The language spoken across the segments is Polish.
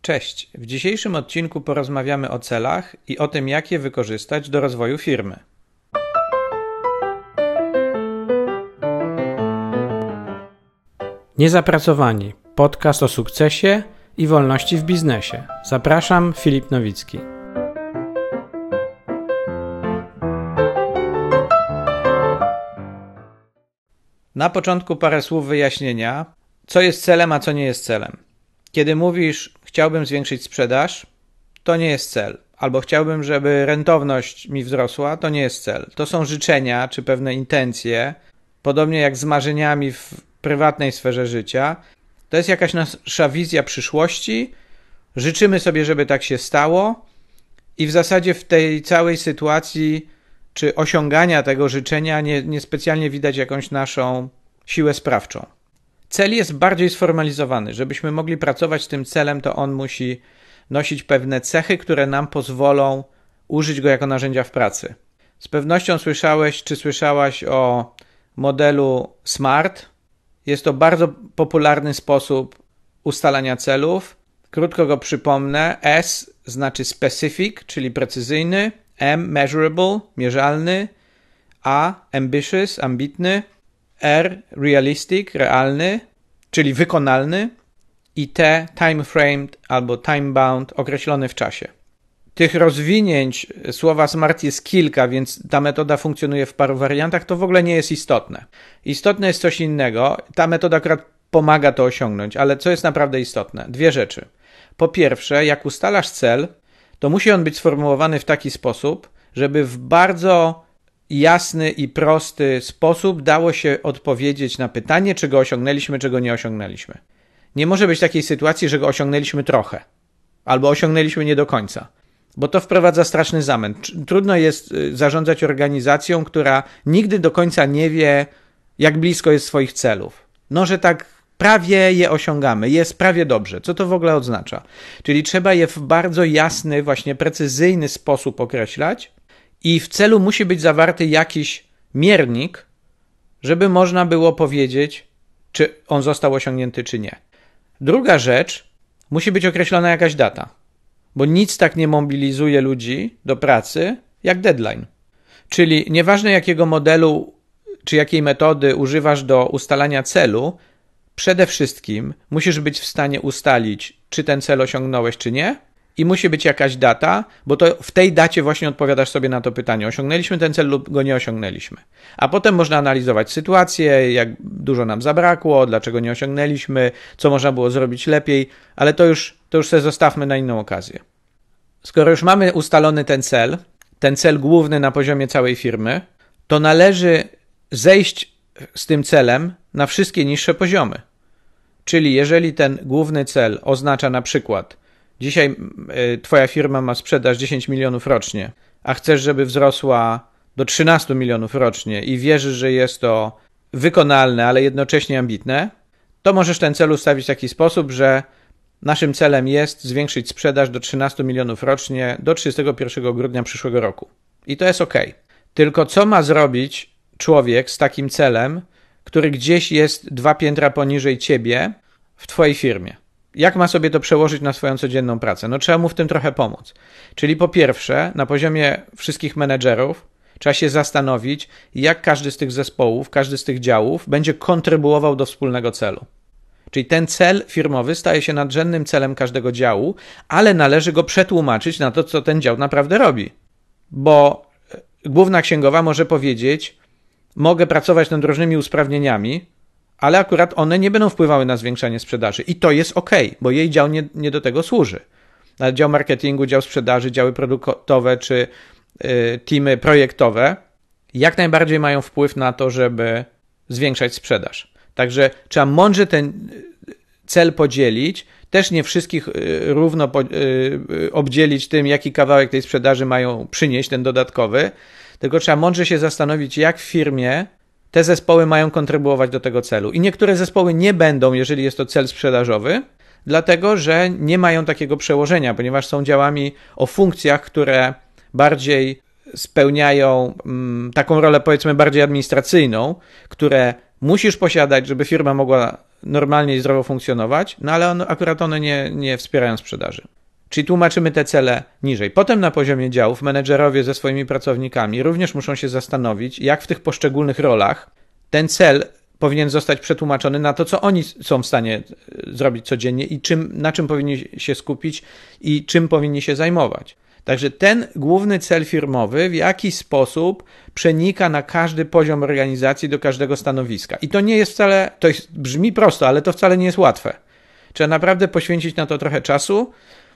Cześć, w dzisiejszym odcinku porozmawiamy o celach i o tym, jak je wykorzystać do rozwoju firmy. Niezapracowani. Podcast o sukcesie i wolności w biznesie. Zapraszam, Filip Nowicki. Na początku parę słów wyjaśnienia, co jest celem, a co nie jest celem. Kiedy mówisz, chciałbym zwiększyć sprzedaż, to nie jest cel. Albo chciałbym, żeby rentowność mi wzrosła, to nie jest cel. To są życzenia czy pewne intencje, podobnie jak z marzeniami w prywatnej sferze życia. To jest jakaś nasza wizja przyszłości, życzymy sobie, żeby tak się stało i w zasadzie w tej całej sytuacji czy osiągania tego życzenia niespecjalnie widać jakąś naszą siłę sprawczą. Cel jest bardziej sformalizowany. Żebyśmy mogli pracować z tym celem, to on musi nosić pewne cechy, które nam pozwolą użyć go jako narzędzia w pracy. Z pewnością słyszałeś czy słyszałaś o modelu SMART. Jest to bardzo popularny sposób ustalania celów. Krótko go przypomnę. S znaczy specific, czyli precyzyjny. M measurable, mierzalny. A ambitious, ambitny. R realistic, realny, czyli wykonalny. I T time framed albo time bound, określony w czasie. Tych rozwinięć słowa SMART jest kilka, więc ta metoda funkcjonuje w paru wariantach. To w ogóle nie jest istotne. Istotne jest coś innego. Ta metoda akurat pomaga to osiągnąć, ale co jest naprawdę istotne? Dwie rzeczy. Po pierwsze, jak ustalasz cel, to musi on być sformułowany w taki sposób, żeby w bardzo jasny i prosty sposób dało się odpowiedzieć na pytanie, czy go osiągnęliśmy, czy go nie osiągnęliśmy. Nie może być takiej sytuacji, że go osiągnęliśmy trochę, albo osiągnęliśmy nie do końca, bo to wprowadza straszny zamęt. Trudno jest zarządzać organizacją, która nigdy do końca nie wie, jak blisko jest swoich celów. No, że tak prawie je osiągamy, jest prawie dobrze. Co to w ogóle oznacza? Czyli trzeba je w bardzo jasny, właśnie precyzyjny sposób określać i w celu musi być zawarty jakiś miernik, żeby można było powiedzieć, czy on został osiągnięty, czy nie. Druga rzecz, musi być określona jakaś data, bo nic tak nie mobilizuje ludzi do pracy jak deadline. Czyli nieważne jakiego modelu czy jakiej metody używasz do ustalania celu, przede wszystkim musisz być w stanie ustalić, czy ten cel osiągnąłeś, czy nie. I musi być jakaś data, bo to w tej dacie właśnie odpowiadasz sobie na to pytanie. Osiągnęliśmy ten cel lub go nie osiągnęliśmy. A potem można analizować sytuację, jak dużo nam zabrakło, dlaczego nie osiągnęliśmy, co można było zrobić lepiej, ale to już sobie zostawmy na inną okazję. Skoro już mamy ustalony ten cel główny na poziomie całej firmy, to należy zejść z tym celem na wszystkie niższe poziomy. Czyli jeżeli ten główny cel oznacza na przykład dzisiaj twoja firma ma sprzedaż 10 milionów rocznie, a chcesz, żeby wzrosła do 13 milionów rocznie i wierzysz, że jest to wykonalne, ale jednocześnie ambitne, to możesz ten cel ustawić w taki sposób, że naszym celem jest zwiększyć sprzedaż do 13 milionów rocznie do 31 grudnia przyszłego roku. I to jest ok. Tylko co ma zrobić człowiek z takim celem, który gdzieś jest 2 piętra poniżej ciebie w twojej firmie? Jak ma sobie to przełożyć na swoją codzienną pracę? No trzeba mu w tym trochę pomóc. Czyli po pierwsze, na poziomie wszystkich menedżerów trzeba się zastanowić, jak każdy z tych zespołów, każdy z tych działów będzie kontrybuował do wspólnego celu. Czyli ten cel firmowy staje się nadrzędnym celem każdego działu, ale należy go przetłumaczyć na to, co ten dział naprawdę robi. Bo główna księgowa może powiedzieć, mogę pracować nad różnymi usprawnieniami, ale akurat one nie będą wpływały na zwiększanie sprzedaży. I to jest ok, bo jej dział nie do tego służy. Ale dział marketingu, dział sprzedaży, działy produktowe czy teamy projektowe jak najbardziej mają wpływ na to, żeby zwiększać sprzedaż. Także trzeba mądrze ten cel podzielić, też nie wszystkich równo obdzielić tym, jaki kawałek tej sprzedaży mają przynieść, ten dodatkowy, tylko trzeba mądrze się zastanowić, jak w firmie te zespoły mają kontrybuować do tego celu. I niektóre zespoły nie będą, jeżeli jest to cel sprzedażowy, dlatego że nie mają takiego przełożenia, ponieważ są działami o funkcjach, które bardziej spełniają taką rolę, powiedzmy, bardziej administracyjną, które musisz posiadać, żeby firma mogła normalnie i zdrowo funkcjonować, no ale akurat one nie wspierają sprzedaży. Czyli tłumaczymy te cele niżej. Potem na poziomie działów menedżerowie ze swoimi pracownikami również muszą się zastanowić, jak w tych poszczególnych rolach ten cel powinien zostać przetłumaczony na to, co oni są w stanie zrobić codziennie i na czym powinni się skupić i czym powinni się zajmować. Także ten główny cel firmowy w jakiś sposób przenika na każdy poziom organizacji do każdego stanowiska. I to nie jest wcale, brzmi prosto, ale to wcale nie jest łatwe. Trzeba naprawdę poświęcić na to trochę czasu,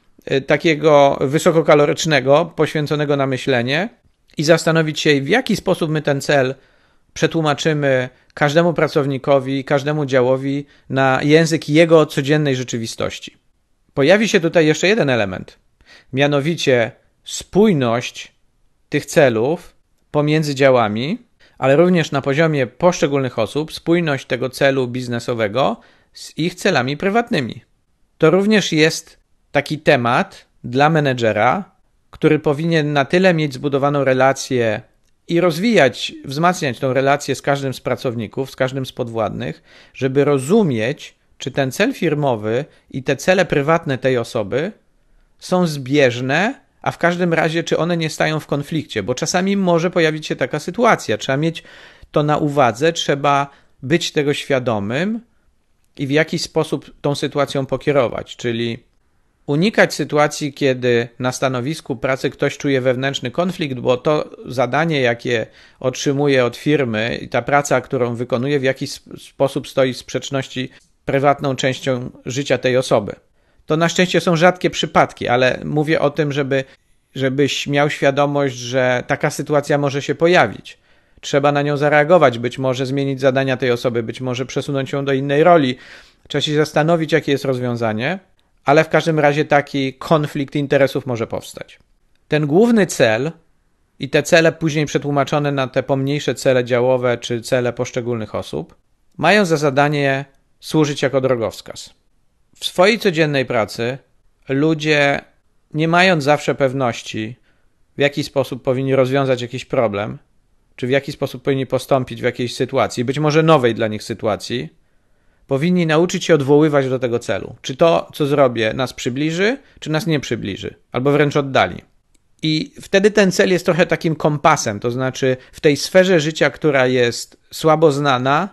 takiego wysokokalorycznego, poświęconego na myślenie i zastanowić się, w jaki sposób my ten cel przetłumaczymy każdemu pracownikowi, każdemu działowi na język jego codziennej rzeczywistości. Pojawi się tutaj jeszcze jeden element, mianowicie spójność tych celów pomiędzy działami, ale również na poziomie poszczególnych osób, spójność tego celu biznesowego z ich celami prywatnymi. To również jest taki temat dla menedżera, który powinien na tyle mieć zbudowaną relację i rozwijać, wzmacniać tą relację z każdym z pracowników, z każdym z podwładnych, żeby rozumieć, czy ten cel firmowy i te cele prywatne tej osoby są zbieżne, a w każdym razie, czy one nie stają w konflikcie, bo czasami może pojawić się taka sytuacja. Trzeba mieć to na uwadze, trzeba być tego świadomym i w jakiś sposób tą sytuacją pokierować, czyli unikać sytuacji, kiedy na stanowisku pracy ktoś czuje wewnętrzny konflikt, bo to zadanie, jakie otrzymuje od firmy i ta praca, którą wykonuje, w jakiś sposób stoi w sprzeczności z prywatną częścią życia tej osoby. To na szczęście są rzadkie przypadki, ale mówię o tym, żebyś miał świadomość, że taka sytuacja może się pojawić. Trzeba na nią zareagować, być może zmienić zadania tej osoby, być może przesunąć ją do innej roli. Trzeba się zastanowić, jakie jest rozwiązanie, ale w każdym razie taki konflikt interesów może powstać. Ten główny cel i te cele później przetłumaczone na te pomniejsze cele działowe czy cele poszczególnych osób mają za zadanie służyć jako drogowskaz. W swojej codziennej pracy ludzie, nie mając zawsze pewności, w jaki sposób powinni rozwiązać jakiś problem, czy w jaki sposób powinni postąpić w jakiejś sytuacji, być może nowej dla nich sytuacji, powinni nauczyć się odwoływać do tego celu. Czy to, co zrobię, nas przybliży, czy nas nie przybliży, albo wręcz oddali. I wtedy ten cel jest trochę takim kompasem, to znaczy w tej sferze życia, która jest słabo znana,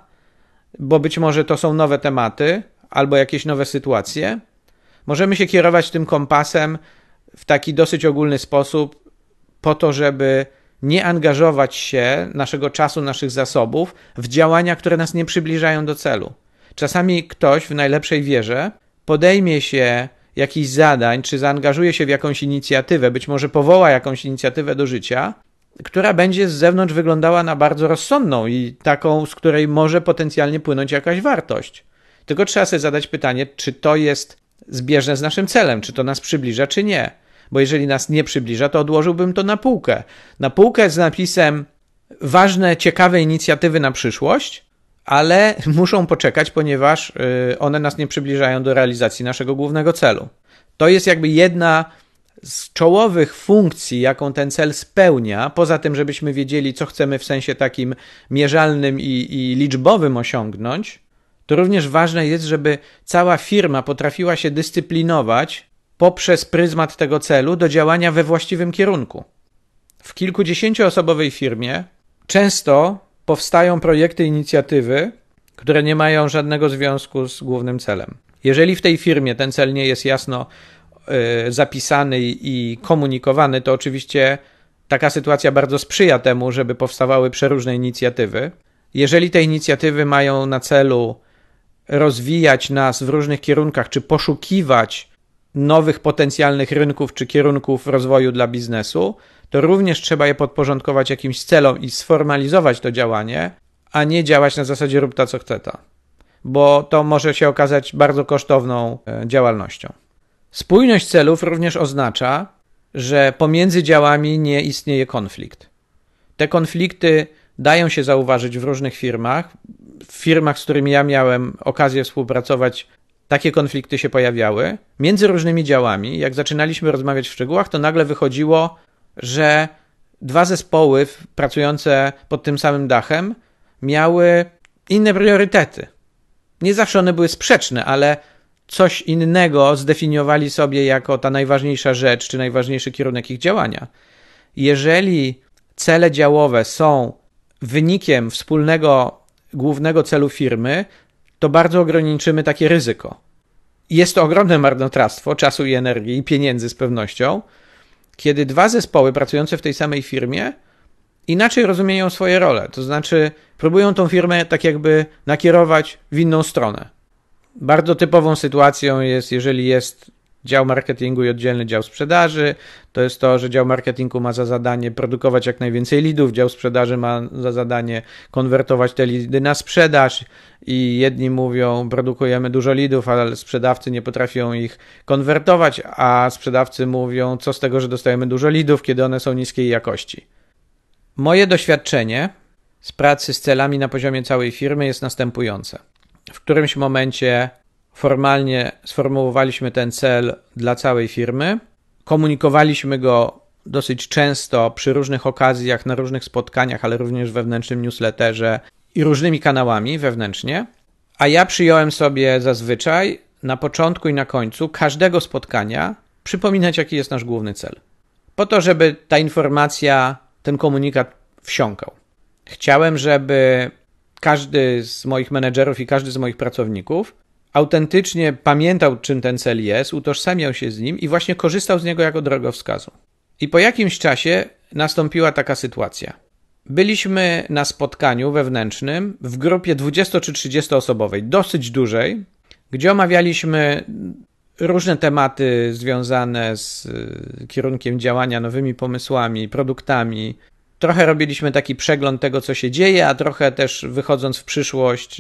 bo być może to są nowe tematy, albo jakieś nowe sytuacje, możemy się kierować tym kompasem w taki dosyć ogólny sposób po to, żeby nie angażować się naszego czasu, naszych zasobów w działania, które nas nie przybliżają do celu. Czasami ktoś w najlepszej wierze podejmie się jakichś zadań, czy zaangażuje się w jakąś inicjatywę, być może powoła jakąś inicjatywę do życia, która będzie z zewnątrz wyglądała na bardzo rozsądną i taką, z której może potencjalnie płynąć jakaś wartość. Tylko trzeba sobie zadać pytanie, czy to jest zbieżne z naszym celem, czy to nas przybliża, czy nie. Bo jeżeli nas nie przybliża, to odłożyłbym to na półkę. Na półkę z napisem ważne, ciekawe inicjatywy na przyszłość, ale muszą poczekać, ponieważ one nas nie przybliżają do realizacji naszego głównego celu. To jest jakby jedna z czołowych funkcji, jaką ten cel spełnia, poza tym, żebyśmy wiedzieli, co chcemy w sensie takim mierzalnym i liczbowym osiągnąć, to również ważne jest, żeby cała firma potrafiła się dyscyplinować poprzez pryzmat tego celu do działania we właściwym kierunku. W kilkudziesięcioosobowej firmie często powstają projekty, inicjatywy, które nie mają żadnego związku z głównym celem. Jeżeli w tej firmie ten cel nie jest jasno zapisany i komunikowany, to oczywiście taka sytuacja bardzo sprzyja temu, żeby powstawały przeróżne inicjatywy. Jeżeli te inicjatywy mają na celu rozwijać nas w różnych kierunkach, czy poszukiwać nowych potencjalnych rynków, czy kierunków rozwoju dla biznesu, to również trzeba je podporządkować jakimś celom i sformalizować to działanie, a nie działać na zasadzie rób ta co chce ta, bo to może się okazać bardzo kosztowną działalnością. Spójność celów również oznacza, że pomiędzy działami nie istnieje konflikt. Te konflikty dają się zauważyć w różnych firmach. W firmach, z którymi ja miałem okazję współpracować, takie konflikty się pojawiały. Między różnymi działami, jak zaczynaliśmy rozmawiać w szczegółach, to nagle wychodziło, że dwa zespoły pracujące pod tym samym dachem miały inne priorytety. Nie zawsze one były sprzeczne, ale coś innego zdefiniowali sobie jako ta najważniejsza rzecz, czy najważniejszy kierunek ich działania. Jeżeli cele działowe są wynikiem wspólnego, głównego celu firmy, to bardzo ograniczymy takie ryzyko. Jest to ogromne marnotrawstwo czasu i energii i pieniędzy z pewnością, kiedy dwa zespoły pracujące w tej samej firmie inaczej rozumieją swoje role. To znaczy próbują tą firmę tak jakby nakierować w inną stronę. Bardzo typową sytuacją jest, jeżeli jest dział marketingu i oddzielny dział sprzedaży, to jest to, że dział marketingu ma za zadanie produkować jak najwięcej leadów, dział sprzedaży ma za zadanie konwertować te leady na sprzedaż i jedni mówią, produkujemy dużo leadów, ale sprzedawcy nie potrafią ich konwertować, a sprzedawcy mówią, co z tego, że dostajemy dużo leadów, kiedy one są niskiej jakości. Moje doświadczenie z pracy z celami na poziomie całej firmy jest następujące. W którymś momencie formalnie sformułowaliśmy ten cel dla całej firmy, komunikowaliśmy go dosyć często przy różnych okazjach, na różnych spotkaniach, ale również w wewnętrznym newsletterze i różnymi kanałami wewnętrznie, a ja przyjąłem sobie zazwyczaj na początku i na końcu każdego spotkania przypominać, jaki jest nasz główny cel. Po to, żeby ta informacja, ten komunikat wsiąkał. Chciałem, żeby każdy z moich menedżerów i każdy z moich pracowników autentycznie pamiętał, czym ten cel jest, utożsamiał się z nim i właśnie korzystał z niego jako drogowskazu. I po jakimś czasie nastąpiła taka sytuacja. Byliśmy na spotkaniu wewnętrznym w grupie 20 czy 30 osobowej, dosyć dużej, gdzie omawialiśmy różne tematy związane z kierunkiem działania, nowymi pomysłami, produktami. Trochę robiliśmy taki przegląd tego, co się dzieje, a trochę też wychodząc w przyszłość,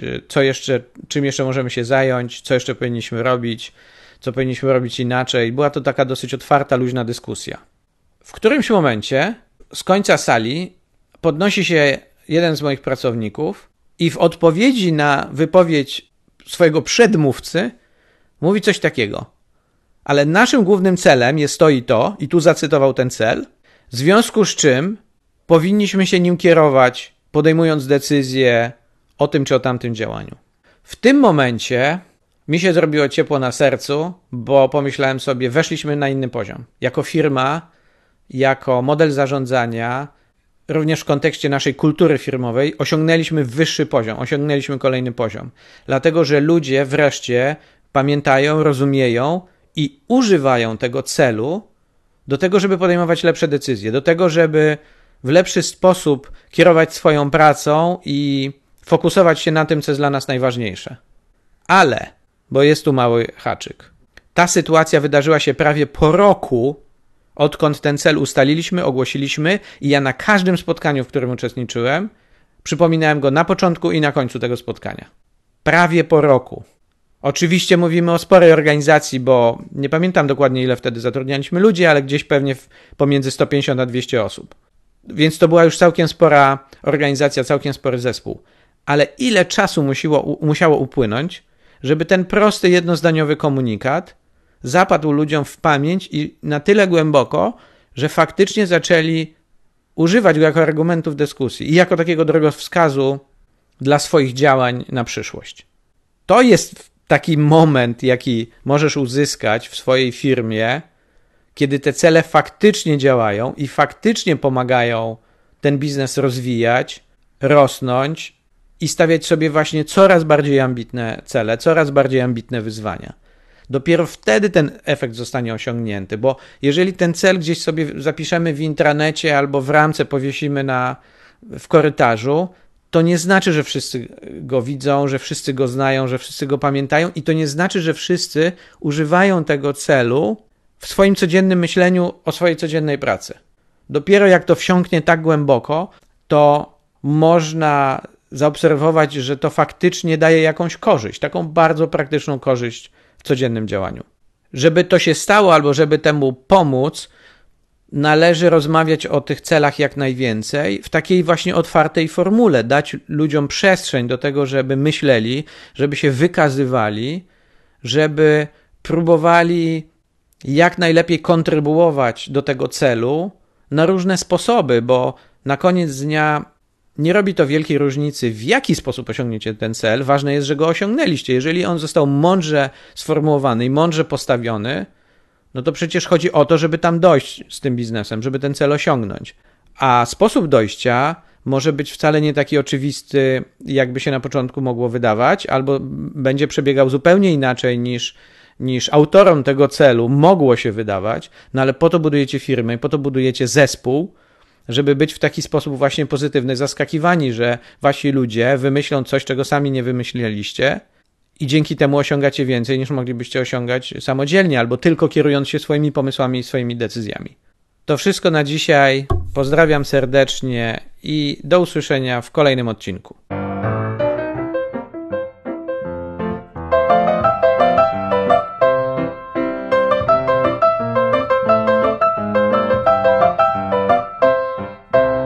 czym jeszcze możemy się zająć, co jeszcze powinniśmy robić, co powinniśmy robić inaczej. Była to taka dosyć otwarta, luźna dyskusja. W którymś momencie z końca sali podnosi się jeden z moich pracowników i w odpowiedzi na wypowiedź swojego przedmówcy mówi coś takiego. Ale naszym głównym celem jest to, i tu zacytował ten cel, w związku z czym powinniśmy się nim kierować, podejmując decyzję o tym czy o tamtym działaniu. W tym momencie mi się zrobiło ciepło na sercu, bo pomyślałem sobie, weszliśmy na inny poziom. Jako firma, jako model zarządzania, również w kontekście naszej kultury firmowej, osiągnęliśmy wyższy poziom, osiągnęliśmy kolejny poziom. Dlatego, że ludzie wreszcie pamiętają, rozumieją i używają tego celu do tego, żeby podejmować lepsze decyzje, do tego, żeby w lepszy sposób kierować swoją pracą i fokusować się na tym, co jest dla nas najważniejsze. Ale, bo jest tu mały haczyk, ta sytuacja wydarzyła się prawie po roku, odkąd ten cel ustaliliśmy, ogłosiliśmy i ja na każdym spotkaniu, w którym uczestniczyłem, przypominałem go na początku i na końcu tego spotkania. Prawie po roku. Oczywiście mówimy o sporej organizacji, bo nie pamiętam dokładnie, ile wtedy zatrudnialiśmy ludzi, ale gdzieś pewnie pomiędzy 150 a 200 osób. Więc to była już całkiem spora organizacja, całkiem spory zespół. Ale ile czasu musiało upłynąć, żeby ten prosty, jednozdaniowy komunikat zapadł ludziom w pamięć i na tyle głęboko, że faktycznie zaczęli używać go jako argumentu w dyskusji i jako takiego drogowskazu dla swoich działań na przyszłość. To jest taki moment, jaki możesz uzyskać w swojej firmie, kiedy te cele faktycznie działają i faktycznie pomagają ten biznes rozwijać, rosnąć i stawiać sobie właśnie coraz bardziej ambitne cele, coraz bardziej ambitne wyzwania. Dopiero wtedy ten efekt zostanie osiągnięty, bo jeżeli ten cel gdzieś sobie zapiszemy w intranecie albo w ramce powiesimy w korytarzu, to nie znaczy, że wszyscy go widzą, że wszyscy go znają, że wszyscy go pamiętają i to nie znaczy, że wszyscy używają tego celu w swoim codziennym myśleniu o swojej codziennej pracy. Dopiero jak to wsiąknie tak głęboko, to można zaobserwować, że to faktycznie daje jakąś korzyść, taką bardzo praktyczną korzyść w codziennym działaniu. Żeby to się stało albo żeby temu pomóc, należy rozmawiać o tych celach jak najwięcej w takiej właśnie otwartej formule, dać ludziom przestrzeń do tego, żeby myśleli, żeby się wykazywali, żeby próbowali jak najlepiej kontrybuować do tego celu na różne sposoby, bo na koniec dnia Nie robi to wielkiej różnicy, w jaki sposób osiągniecie ten cel. Ważne jest, że go osiągnęliście. Jeżeli on został mądrze sformułowany i mądrze postawiony, no to przecież chodzi o to, żeby tam dojść z tym biznesem, żeby ten cel osiągnąć. A sposób dojścia może być wcale nie taki oczywisty, jakby się na początku mogło wydawać, albo będzie przebiegał zupełnie inaczej niż autorom tego celu mogło się wydawać, no ale po to budujecie firmę, po to budujecie zespół, żeby być w taki sposób właśnie pozytywny, zaskakiwani, że wasi ludzie wymyślą coś, czego sami nie wymyśleliście i dzięki temu osiągacie więcej, niż moglibyście osiągać samodzielnie, albo tylko kierując się swoimi pomysłami i swoimi decyzjami. To wszystko na dzisiaj. Pozdrawiam serdecznie i do usłyszenia w kolejnym odcinku.